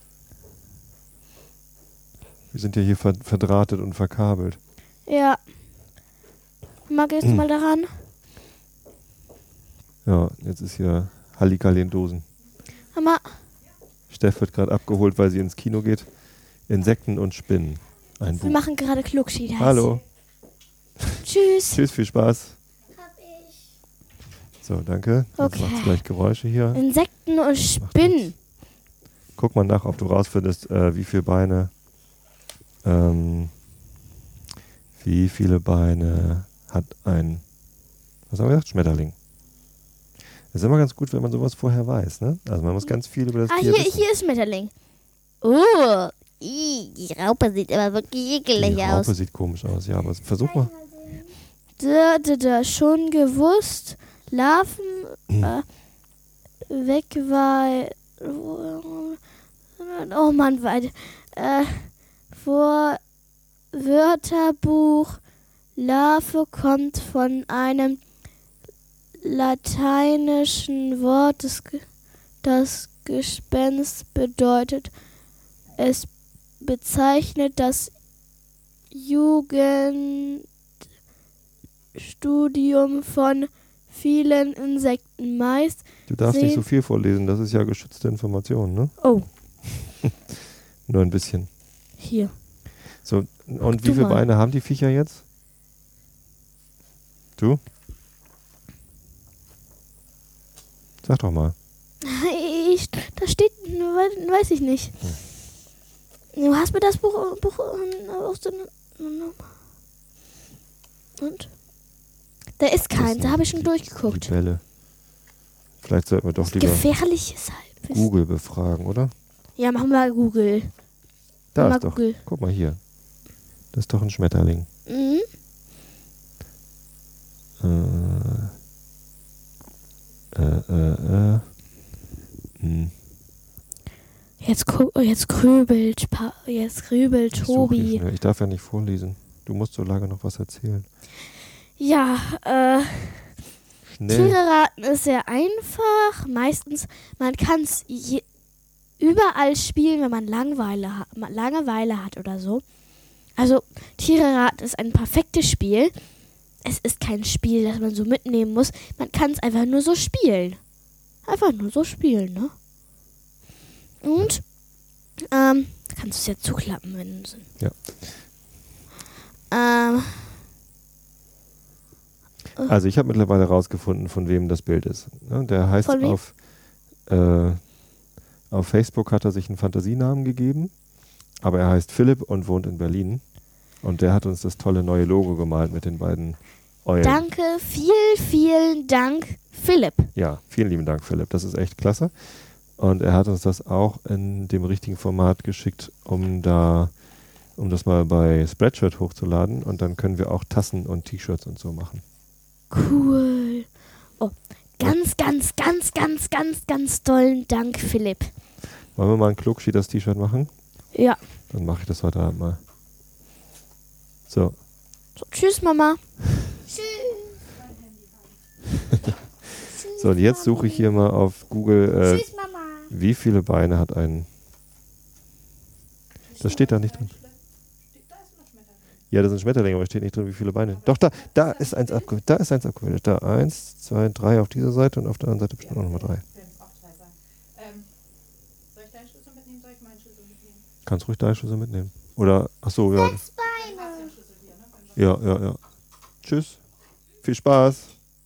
Wir sind ja hier ver verdrahtet und verkabelt. Ja. Mama, gehst du Hm. mal daran? Ja, jetzt ist hier Halligalli in Dosen. Mama, Steff wird gerade abgeholt, weil sie ins Kino geht. Insekten und Spinnen. Ein wir Buch. machen gerade Klugschied. Hallo. Tschüss. Tschüss, viel Spaß. Hab ich. So, danke. Jetzt Okay. macht's gleich Geräusche hier. Insekten und Spinnen. Guck mal nach, ob du rausfindest, äh, wie viele Beine, ähm, wie viele Beine hat ein, was haben wir gesagt? Schmetterling. Das ist immer ganz gut, wenn man sowas vorher weiß, ne? Also man muss ganz viel über das Ah, Tier hier, wissen. hier ist Schmetterling. Oh, ih, die Raupe sieht aber wirklich ekelig Die aus. Raupe sieht komisch aus, ja, aber versuch mal. Da, da, da, schon gewusst. Larven äh, weg war. Oh Mann, weit. Äh, vor Wörterbuch. Larve kommt von einem lateinischen Wort, das, das Gespenst bedeutet. Es bezeichnet das Jugendstudium von vielen Insekten. Meist Du darfst sehen- nicht so viel vorlesen, das ist ja geschützte Information, ne? Oh, Nur ein bisschen. hier. So, und wie du viele mal. Beine haben die Viecher jetzt? Du? Sag doch mal. Ich, da steht, we- weiß ich nicht. Du hast mir das Buch, Buch äh, aus den... Und? Da ist keins, da habe ich schon Die durchgeguckt. Bälle. Vielleicht sollten wir doch lieber Gefährliches Halbwissen. Google befragen, oder? Ja, machen wir Google. Da Mal ist doch. Google. Guck mal hier. Das ist doch ein Schmetterling. Mhm. Äh, äh, äh, äh. Hm. Jetzt, gu- oh, jetzt grübelt, Pa- jetzt grübelt Ich suche Tobi. schnell. Ich darf ja nicht vorlesen. Du musst so lange noch was erzählen. Ja, äh, Schnell. Tiere raten ist sehr einfach. Meistens, man kann es überall spielen, wenn man Langeweile, ha ma- Langeweile hat oder so. Also, Tiere raten ist ein perfektes Spiel. Es ist kein Spiel, das man so mitnehmen muss. Man kann es einfach nur so spielen. Einfach nur so spielen, ne? Und, ähm, kannst du es ja zuklappen, wenn du Ja. Ähm, Also ich habe mittlerweile rausgefunden, von wem das Bild ist. Ne, der heißt Von wem? auf, äh, auf Facebook hat er sich einen Fantasienamen gegeben, aber er heißt Philipp und wohnt in Berlin. Und der hat uns das tolle neue Logo gemalt mit den beiden Eulen. danke, vielen, vielen Dank, Philipp. Ja, vielen lieben Dank, Philipp. Das ist echt klasse. Und er hat uns das auch in dem richtigen Format geschickt, um da, um das mal bei Spreadshirt hochzuladen. Und dann können wir auch Tassen und T-Shirts und so machen. Cool. Oh, ganz, ganz, ganz, ganz, ganz, ganz tollen Dank, Philipp. Wollen wir mal ein Klugschi das T-Shirt machen? Ja. Dann mache ich das heute Abend mal. So. So, tschüss, Mama. So, und jetzt suche ich hier mal auf Google, äh, Tschüss, Mama. wie viele Beine hat ein... Das steht da nicht drin. Ja, das ist ein Schmetterling, aber steht nicht drin, wie viele Beine. Doch, da, da ist eins abgebildet. Da ist eins abgebildet. Da eins, zwei, drei auf dieser Seite und auf der anderen Seite bestimmt auch nochmal drei. Ähm, soll ich deinen Schlüssel mitnehmen? Soll ich meinen Schlüssel mitnehmen? Kannst ruhig deine Schlüssel mitnehmen. Oder, ach so, ja. Sechs Beine. Ja, ja, ja. Tschüss. Viel Spaß.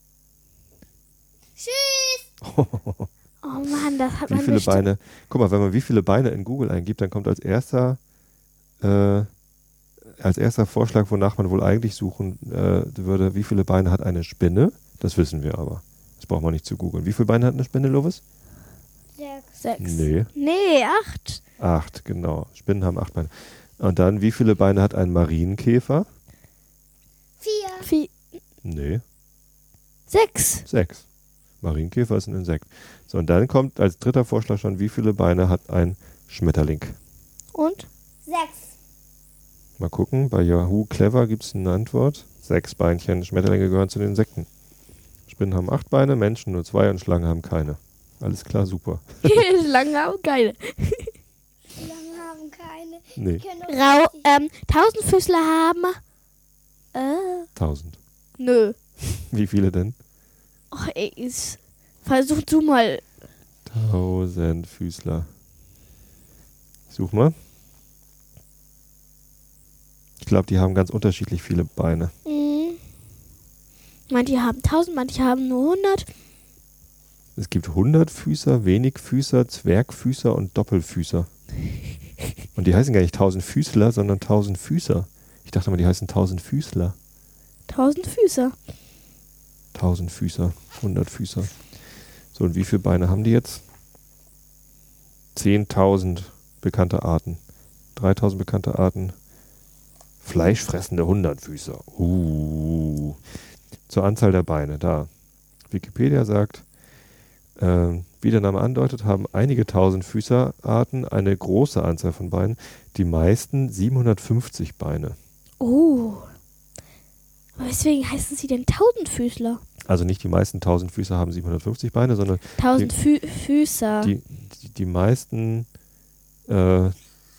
Tschüss. Oh Mann, das hat Wie man viele bestimmt- Beine? Guck mal, wenn man wie viele Beine in Google eingibt, dann kommt als erster äh, als erster Vorschlag, wonach man wohl eigentlich suchen äh, würde, wie viele Beine hat eine Spinne? Das wissen wir aber. Das braucht man nicht zu googeln. Wie viele Beine hat eine Spinne, Lovis? Sechs. Sechs. Nee, Nee, acht. acht, genau. Spinnen haben acht Beine. Und dann, wie viele Beine hat ein Marienkäfer? Vier. Vier. Nee, Sechs. sechs. Marienkäfer ist ein Insekt. So, und dann kommt als dritter Vorschlag schon, wie viele Beine hat ein Schmetterling? Und? Sechs. Mal gucken, bei Yahoo Clever gibt es eine Antwort. Sechs Beinchen, Schmetterlinge gehören zu den Insekten. Spinnen haben acht Beine, Menschen nur zwei und Schlangen haben keine. Alles klar, super. Schlangen haben keine. Schlangen haben keine. Nee, Die können doch Rau, richtig- ähm, Tausendfüßler haben. Äh, tausend. nö. Wie viele denn? Och, ey, ist- versuch du mal. Tausend Füßler. Ich such mal. Ich glaube, die haben ganz unterschiedlich viele Beine. Mhm. Manche haben tausend, manche haben nur hundert. Es gibt Hundertfüßer, Wenigfüßer, Zwergfüßer und Doppelfüßer. Und die heißen gar nicht Tausendfüßler, sondern Tausendfüßer. Ich dachte mal, die heißen Tausendfüßler. Tausend Füße. Tausendfüßer, Hundertfüßer. So, und wie viele Beine haben die jetzt? Zehntausend bekannte Arten. Dreitausend bekannte Arten. Fleischfressende Hundertfüßer. Uh. Zur Anzahl der Beine, da. Wikipedia sagt, äh, wie der Name andeutet, haben einige Tausendfüßerarten eine große Anzahl von Beinen. Die meisten siebenhundertfünfzig Beine. Oh. Aber weswegen heißen sie denn Tausendfüßler? Also nicht die meisten Tausendfüßer haben siebenhundertfünfzig Beine, sondern Tausendfüßer. die, die, die meisten. Äh, Aufgeschnitten,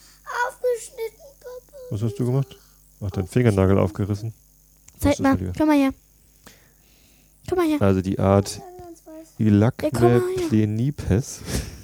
Papa. was hast du gemacht? Ach, dein Fingernagel aufgerissen. Zeig mal, komm mal her. Komm mal her. Also die Art Ilacmeplenipes.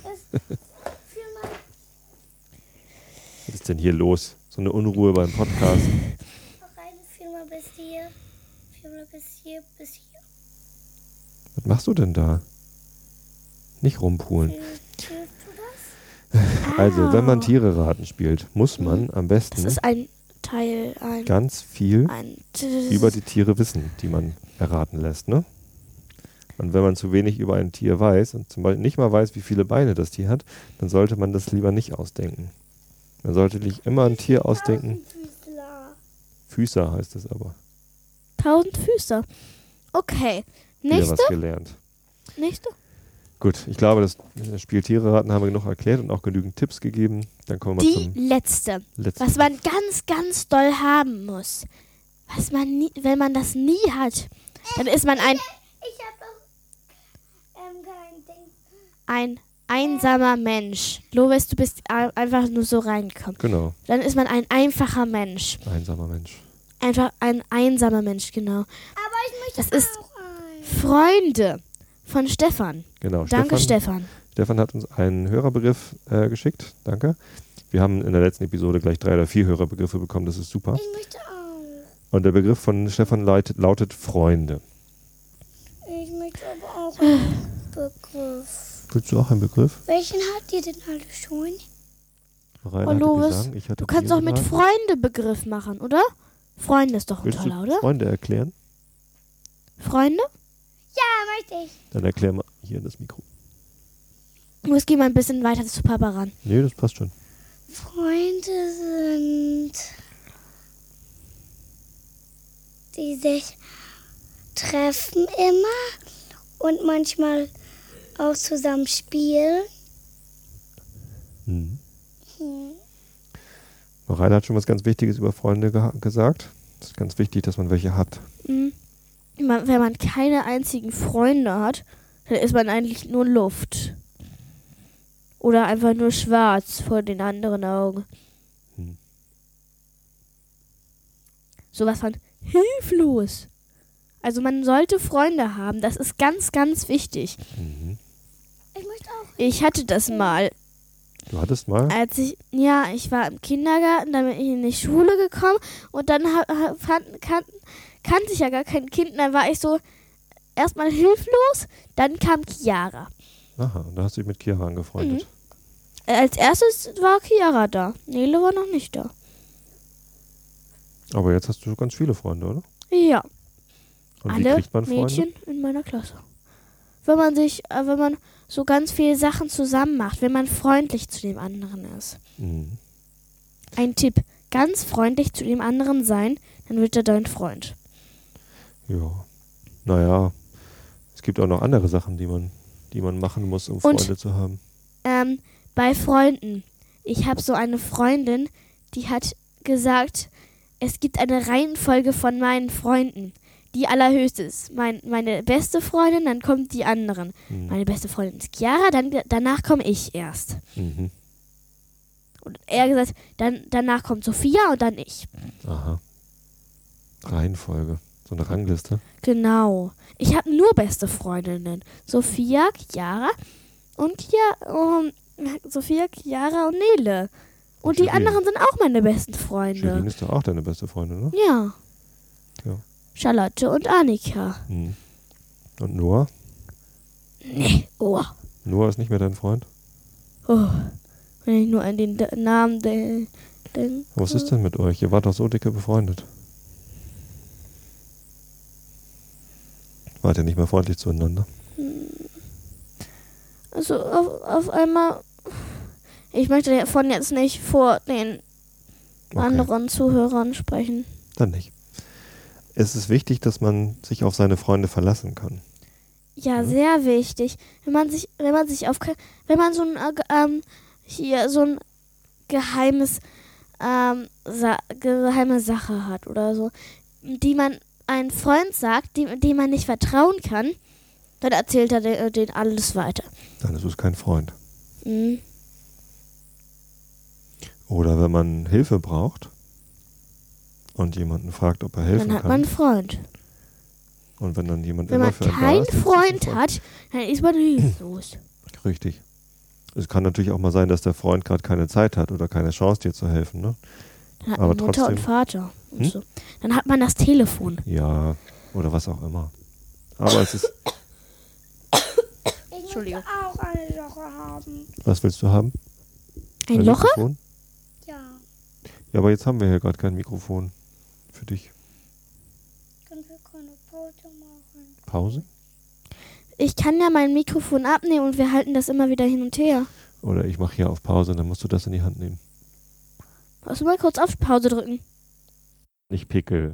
Was ist denn hier los? So eine Unruhe beim Podcast. Noch eine, viermal bis hier. Viermal bis hier, bis hier. Was machst du denn da? Nicht rumpulen. Fühlst du das? Also, wenn man Tiere raten spielt, muss man am Das besten ist ein Teil, ein... ganz viel ein über die Tiere wissen, die man erraten lässt, ne? Und wenn man zu wenig über ein Tier weiß und zum Beispiel nicht mal weiß, wie viele Beine das Tier hat, dann sollte man das lieber nicht ausdenken. Man sollte sich immer ein Tier ausdenken. Tausendfüßler. Füßer heißt es aber. Tausendfüßer. Okay. Wieder Nächste? was gelernt. Nächste? Gut, ich glaube, das Spiel Tiere raten haben wir genug erklärt und auch genügend Tipps gegeben. Dann kommen wir Die zum letzte. letzten. Was man ganz, ganz doll haben muss. Was man nie, wenn man das nie hat, dann ist man ein, Ich hab doch ähm, kein Ding. ein einsamer Mensch. Lovis, du bist a- einfach nur so reingekommen. Genau, Dann ist man ein einfacher Mensch. einsamer Mensch. Einfach ein einsamer Mensch, genau. Aber ich möchte Das ist auch ein. Freunde von Stefan. Genau, Danke, Stefan. Stefan. Stefan hat uns einen Hörerbegriff äh, geschickt. Danke. Wir haben in der letzten Episode gleich drei oder vier Hörerbegriffe bekommen. Das ist super. Ich möchte auch. Und der Begriff von Stefan lautet, lautet Freunde. Ich möchte aber auch einen Begriff. Willst du auch einen Begriff? Welchen habt ihr denn alle schon? Rainer Oh, hatte Lovis, gesagt, ich hatte Du kannst Tiere doch mit raten. Freunde Begriff machen, oder? Freunde ist doch ein Willst toller, du oder? Freunde erklären? Freunde? Ja, möchte ich. Dann erklär mal hier in das Mikro. Jetzt geh mal ein bisschen weiter zu Papa ran. Nee, das passt schon. Freunde sind, die sich treffen immer und manchmal auch zusammen spielen. Mhm. Hm. Rainer hat schon was ganz Wichtiges über Freunde geha- gesagt. Es ist ganz wichtig, dass man welche hat. Mhm. Man- Wenn man keine einzigen Freunde hat, dann ist man eigentlich nur Luft. Oder einfach nur schwarz vor den anderen Augen. Hm. Sowas von hilflos. Also man sollte Freunde haben. Das ist ganz, ganz wichtig. Mhm. Ich möchte auch. Ich hatte das mal, Du hattest mal? als ich, ja, ich war im Kindergarten, dann bin ich in die Schule gekommen und dann ha, ha, fand, kan, kannte ich ja gar kein Kind. Und dann war ich so erstmal hilflos, dann kam Chiara. Aha, und da hast du dich mit Chiara angefreundet. Äh, Als erstes war Chiara da. Nele war noch nicht da. Aber jetzt hast du ganz viele Freunde, oder? Ja, Und wie alle kriegt man Freunde? Mädchen in meiner Klasse. Wenn man sich, äh, wenn man so ganz viele Sachen zusammen macht, wenn man freundlich zu dem anderen ist. Mhm. Ein Tipp, ganz freundlich zu dem anderen sein, dann wird er dein Freund. Ja. Naja, es gibt auch noch andere Sachen, die man, die man machen muss, um Und- Freunde zu haben. Ähm, bei Freunden. Ich habe so eine Freundin, die hat gesagt, es gibt eine Reihenfolge von meinen Freunden. Die allerhöchste ist mein, meine beste Freundin, dann kommt die anderen. Mhm. Meine beste Freundin ist Chiara, dann, danach komme ich erst. Mhm. Und er hat gesagt, dann, danach kommt Sophia und dann ich. Aha. Reihenfolge. So eine Rangliste. Genau. Ich habe nur beste Freundinnen. Sophia, Chiara und Chiara, um, Sophia, Chiara und Nele. Und die Shirin. anderen sind auch meine besten Shirin Freunde. ist doch auch deine beste Freundin, ne? Ja. Ja. Charlotte und Annika. Mhm. Und Noah? Nee. Oh. Noah ist nicht mehr dein Freund? oh. Wenn ich nur an den D- Namen de- denke. Was ist denn mit euch? Ihr wart doch so dicke befreundet. Wart ihr nicht mehr freundlich zueinander? Also auf, auf einmal. Ich möchte davon jetzt nicht vor den Okay. anderen Zuhörern sprechen. Dann nicht. Es ist wichtig, dass man sich auf seine Freunde verlassen kann. Ja, Ja. sehr wichtig. Wenn man sich, wenn man sich auf, ke- wenn man so ein, äh, ge- ähm, hier so ein geheimes, ähm, Sa geheime Sache hat oder so, die man ein Freund sagt, dem, dem man nicht vertrauen kann, dann erzählt er den, den alles weiter. Dann ist es kein Freund. Mhm. Oder wenn man Hilfe braucht und jemanden fragt, ob er helfen Dann hat kann. man einen Freund. Und wenn dann jemand Wenn immer man für einen da keinen ist, dann ist es Freund ein hat, dann ist man hilflos. Richtig. Es kann natürlich auch mal sein, dass der Freund gerade keine Zeit hat oder keine Chance, dir zu helfen. Ne? Dann hat Aber man Mutter trotzdem- und Vater. Und Hm? so. Dann hat man das Telefon. Ja, oder was auch immer. Aber es ist, Ich Entschuldigung. möchte auch eine Loche haben. was willst du haben? Ein Loche? Mikrofon? Ja. Ja, aber jetzt haben wir hier gerade kein Mikrofon für dich. Können wir keine Pause machen? Pause? Ich kann ja mein Mikrofon abnehmen und wir halten das immer wieder hin und her. Oder ich mache hier auf Pause, dann musst du das in die Hand nehmen. Musst du mal kurz auf Pause drücken. Nicht Pickel.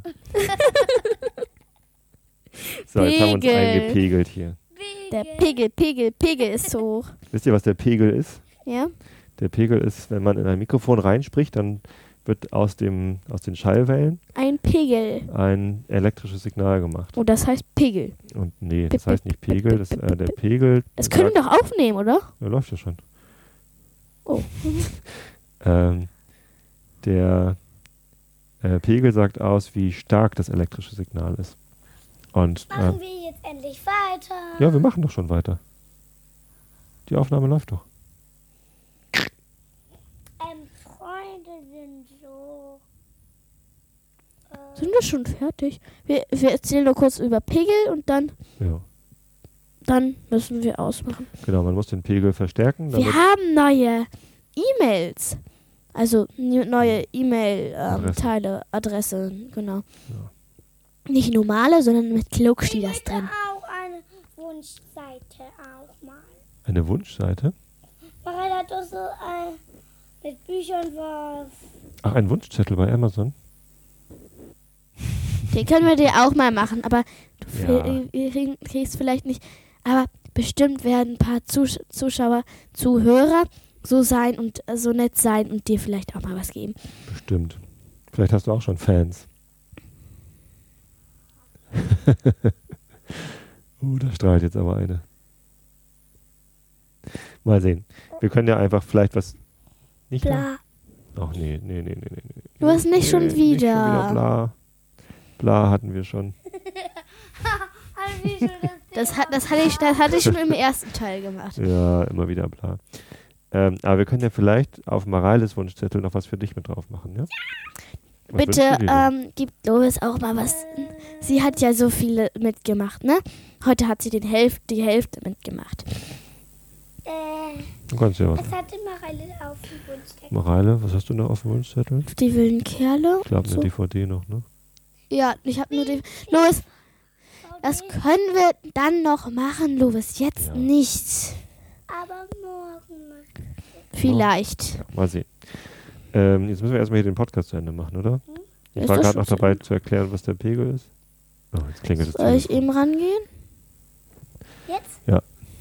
So, jetzt haben wir uns Pegel. eingepegelt hier. Der Pegel, Pegel, Pegel ist zu hoch. Wisst ihr, was der Pegel ist? Ja? Der Pegel ist, wenn man in ein Mikrofon reinspricht, dann wird aus, dem, aus den Schallwellen Ein Pegel. ein elektrisches Signal gemacht. Oh, das heißt Pegel. Und nee, das heißt nicht Pegel, das, äh, der Pegel... Das können wir doch aufnehmen, oder? Ja, läuft ja schon. Oh. ähm, der äh, Pegel sagt aus, wie stark das elektrische Signal ist. Und äh, Machen wir jetzt endlich weiter. ja, wir machen doch schon weiter. Die Aufnahme läuft doch. Ähm, Freunde sind so. Äh, Sind wir schon fertig? Wir, wir erzählen nur kurz über Pegel und dann, Ja, dann müssen wir ausmachen. genau, man muss den Pegel verstärken. Wir Damit haben neue E-Mails. Also ne- neue E-Mail-Teile, Adressen, genau. Ja. Nicht normale, sondern mit Cloak ich steht das möchte drin. auch eine Wunschseite auch mal. Eine Wunschseite. Mareile hat doch so ein mit Büchern was. Ach, ein Wunschzettel bei Amazon. Den können wir dir auch mal machen, aber du Ja. fe- äh, kriegst vielleicht nicht. Aber bestimmt werden ein paar Zus Zuschauer, Zuhörer so sein und äh, so nett sein und dir vielleicht auch mal was geben. Bestimmt. Vielleicht hast du auch schon Fans. uh, da strahlt jetzt aber eine. Mal sehen. Wir können ja einfach vielleicht was... Nicht mehr? Bla. Ach nee, nee, nee, nee, nee. nee. Du hast nicht schon Nicht schon wieder. wieder bla. Bla hatten wir schon. Haben wir schon das Das, hat, das, hatte ich, das hatte ich schon im ersten Teil gemacht. Ja, immer wieder bla. Ähm, aber wir können ja vielleicht auf Mareiles Wunschzettel noch was für dich mit drauf machen, ja? Was Bitte wünschst du dir denn? ähm, gibt Lovis auch mal was. Sie hat ja so viele mitgemacht, ne? Heute hat sie den Hälf die Hälfte mitgemacht. Äh, Du kannst ja was. was hatte Mareile auf dem Wunschzettel? Mareile, was hast du noch auf dem Wunschzettel? Die wilden Kerle. Ich glaube, so. eine D V D noch, ne? Ja, ich habe nur die. Lovis, das können wir dann noch machen, Lovis. Jetzt Ja. nicht. Aber morgen mal. Vielleicht. Ja, mal sehen. Ähm, jetzt müssen wir erstmal hier den Podcast zu Ende machen, oder? Ich Ist war das gerade schon noch zu dabei Ende? zu erklären, was der Pegel ist. Oh, jetzt klingelt es. Soll ich eben rangehen? Jetzt?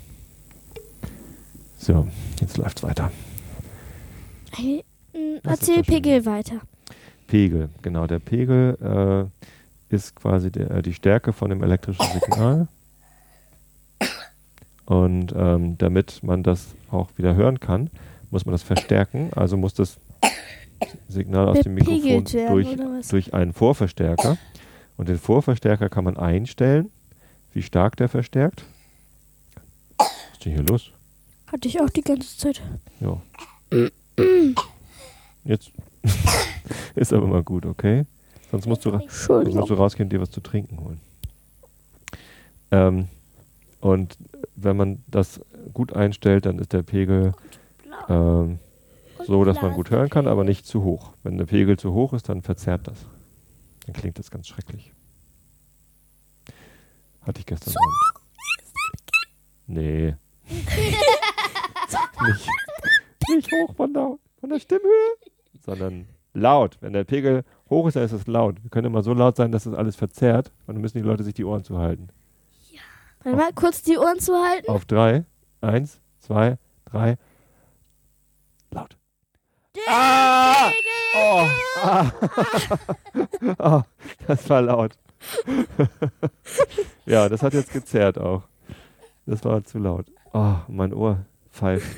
So, jetzt läuft's weiter. Hey, mh, Das ist erzähl doch schön. Pegel weiter. Pegel, genau. Der Pegel äh, ist quasi der, äh, die Stärke von dem elektrischen Signal. Und ähm, damit man das auch wieder hören kann, muss man das verstärken. Also muss das Signal aus dem Mikrofon Bepegelt werden, durch, oder was? durch einen Vorverstärker. Und den Vorverstärker kann man einstellen, wie stark der verstärkt. Was ist denn hier los? Hatte ich auch die ganze Zeit. Ja. Jetzt ist aber mal gut, okay? Sonst musst du, ra- sonst musst Entschuldigung. du rausgehen und dir was zu trinken holen. Ähm, und wenn man das gut einstellt, dann ist der Pegel ähm, so, dass man gut hören kann, aber nicht zu hoch. Wenn der Pegel zu hoch ist, dann verzerrt das. Dann klingt das ganz schrecklich. Hatte ich gestern Abend. Nee. nicht, nicht hoch von der, von der Stimmhöhe, sondern laut. Wenn der Pegel hoch ist, dann ist es laut. Wir können immer so laut sein, dass das alles verzerrt und dann müssen die Leute sich die Ohren zuhalten. Warte mal, kurz die Ohren zu halten. Auf drei. Eins, zwei, drei. Laut. Der Ah! Pegel Oh, ah. Oh, das war laut. Ja, das hat jetzt gezerrt auch. Das war zu laut. Oh, mein Ohr pfeift.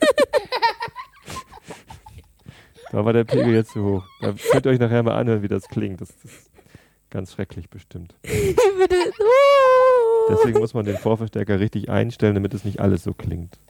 Da war der Pegel jetzt zu hoch. Da könnt ihr euch nachher mal anhören, wie das klingt. Das ist ganz schrecklich bestimmt. Deswegen muss man den Vorverstärker richtig einstellen, damit es nicht alles so klingt.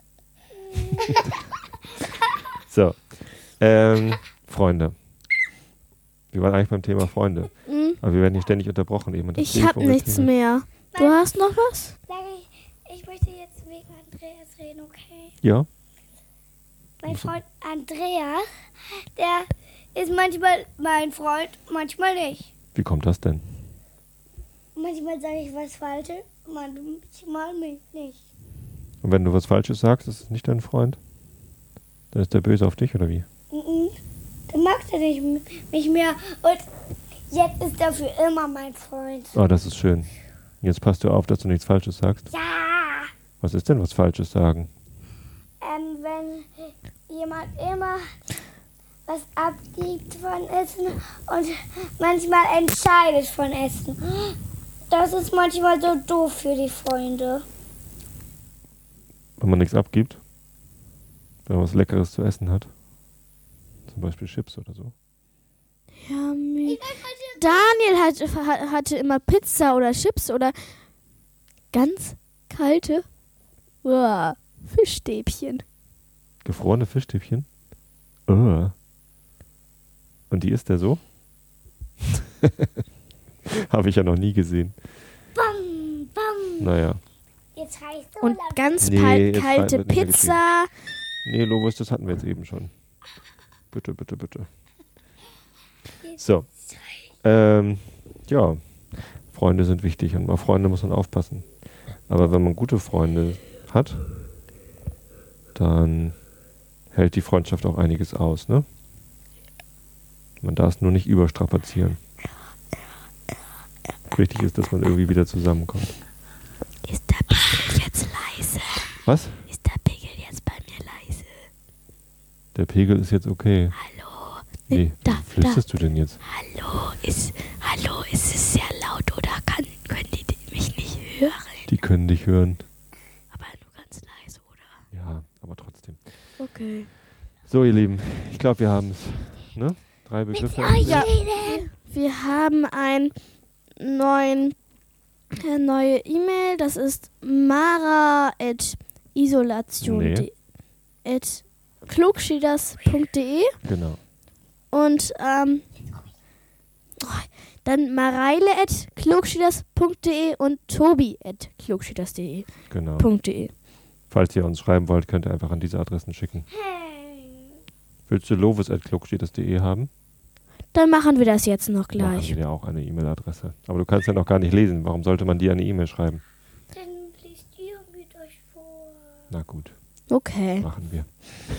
So. Ähm, Freunde. Wir waren eigentlich beim Thema Freunde. Mhm. Aber wir werden hier ständig unterbrochen. Eben. Das Ich Telefon habe wird nichts hier- mehr. Du hast noch was? Sag ich, ich möchte jetzt wegen Andreas reden, okay? Ja? Mein Freund Andreas, der ist manchmal mein Freund, manchmal nicht. Wie kommt das denn? Manchmal sage ich was Falsches, manchmal nicht. Und wenn du was Falsches sagst, ist es nicht dein Freund? Dann ist der böse auf dich, oder wie? Mhm. Dann mag er nicht m- mich mehr und jetzt ist er für immer mein Freund. Oh, das ist schön. Jetzt passt du auf, dass du nichts Falsches sagst. Ja! Was ist denn was Falsches sagen? Ähm, wenn jemand immer was abgibt von Essen und manchmal entscheidet von Essen. Das ist manchmal so doof für die Freunde. Wenn man nichts abgibt? Wenn man was Leckeres zu essen hat? Zum Beispiel Chips oder so. Ja, mi- Daniel hat, ha- hatte immer Pizza oder Chips oder ganz kalte uah, Fischstäbchen. Gefrorene Fischstäbchen? Oh. Und die isst der so? Habe ich ja noch nie gesehen. Bam, bam. Naja. Jetzt reicht so Und lang. ganz Nee, pal- jetzt kalte wird nicht mehr Pizza. Nee, Lobos, das hatten wir jetzt eben schon. Bitte, bitte, bitte. So. Ähm, ja. Freunde sind wichtig und auf Freunde muss man aufpassen. Aber wenn man gute Freunde hat, dann hält die Freundschaft auch einiges aus, ne? Man darf es nur nicht überstrapazieren. Wichtig ist, dass man irgendwie wieder zusammenkommt. Ist der Pegel jetzt leise? Was? Ist der Pegel jetzt bei mir leise? Der Pegel ist jetzt okay. Hallo? Nee, Da, wie flüsterst du denn jetzt? Hallo? Ist, hallo? Ist es sehr laut oder kann, können die mich nicht hören? Die können dich hören. Aber nur ganz leise, oder? Ja, aber trotzdem. Okay. So, ihr Lieben, ich glaube, wir haben es. Ne? Drei Begriffe. Ja, wir haben einen neuen, eine neue E-Mail. Das ist mara at isolation Nee. at klugschieders punkt de Genau. und ähm, oh, dann mareile at klugschieders punkt de und tobi at klugschieders Genau. punkt de. Falls ihr uns schreiben wollt, könnt ihr einfach an diese Adressen schicken. Hey. Willst du lovis at klugschieders punkt de haben? Dann machen wir das jetzt noch Dann haben gleich. wir ja auch eine E-Mail-Adresse. Aber du kannst ja noch gar nicht lesen. Warum sollte man dir eine E-Mail schreiben? Dann liest ihr mit euch vor. Na gut, Okay. machen wir.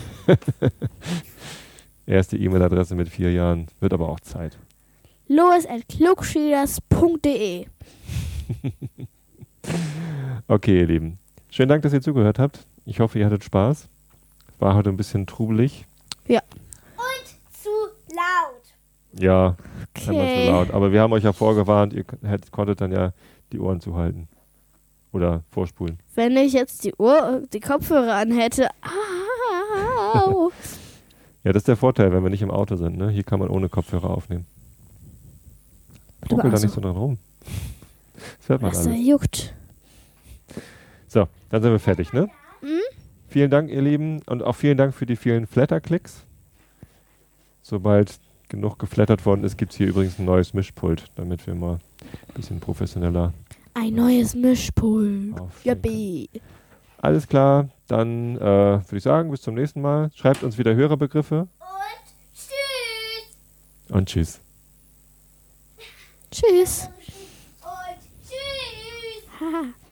Erste E-Mail-Adresse mit vier Jahren. Wird aber auch Zeit. lois at klugschieders punkt de. Okay, ihr Lieben. Schönen Dank, dass ihr zugehört habt. Ich hoffe, ihr hattet Spaß. War heute ein bisschen trubelig. Zu laut. Ja, einmal Okay. zu laut. Aber wir haben euch ja vorgewarnt, ihr k- hättet, konntet dann ja die Ohren zuhalten. Oder vorspulen. Wenn ich jetzt die Ohr, die Kopfhörer anhätte. Au. Ja, das ist der Vorteil, wenn wir nicht im Auto sind. Ne? Hier kann man ohne Kopfhörer aufnehmen. Du Ruckel da also- nicht so dran rum. Das hört man Was da alles. juckt. So, dann sind wir fertig, ne? Mhm. Vielen Dank, ihr Lieben. Und auch vielen Dank für die vielen Flatter-Klicks. Sobald genug geflattert worden ist, gibt es hier übrigens ein neues Mischpult, damit wir mal ein bisschen professioneller Ein neues Mischpult. aufstellen können. Juppie. Alles klar, dann äh, würde ich sagen, bis zum nächsten Mal. Schreibt uns wieder Hörerbegriffe Und tschüss. und tschüss. Tschüss. Und tschüss. Haha.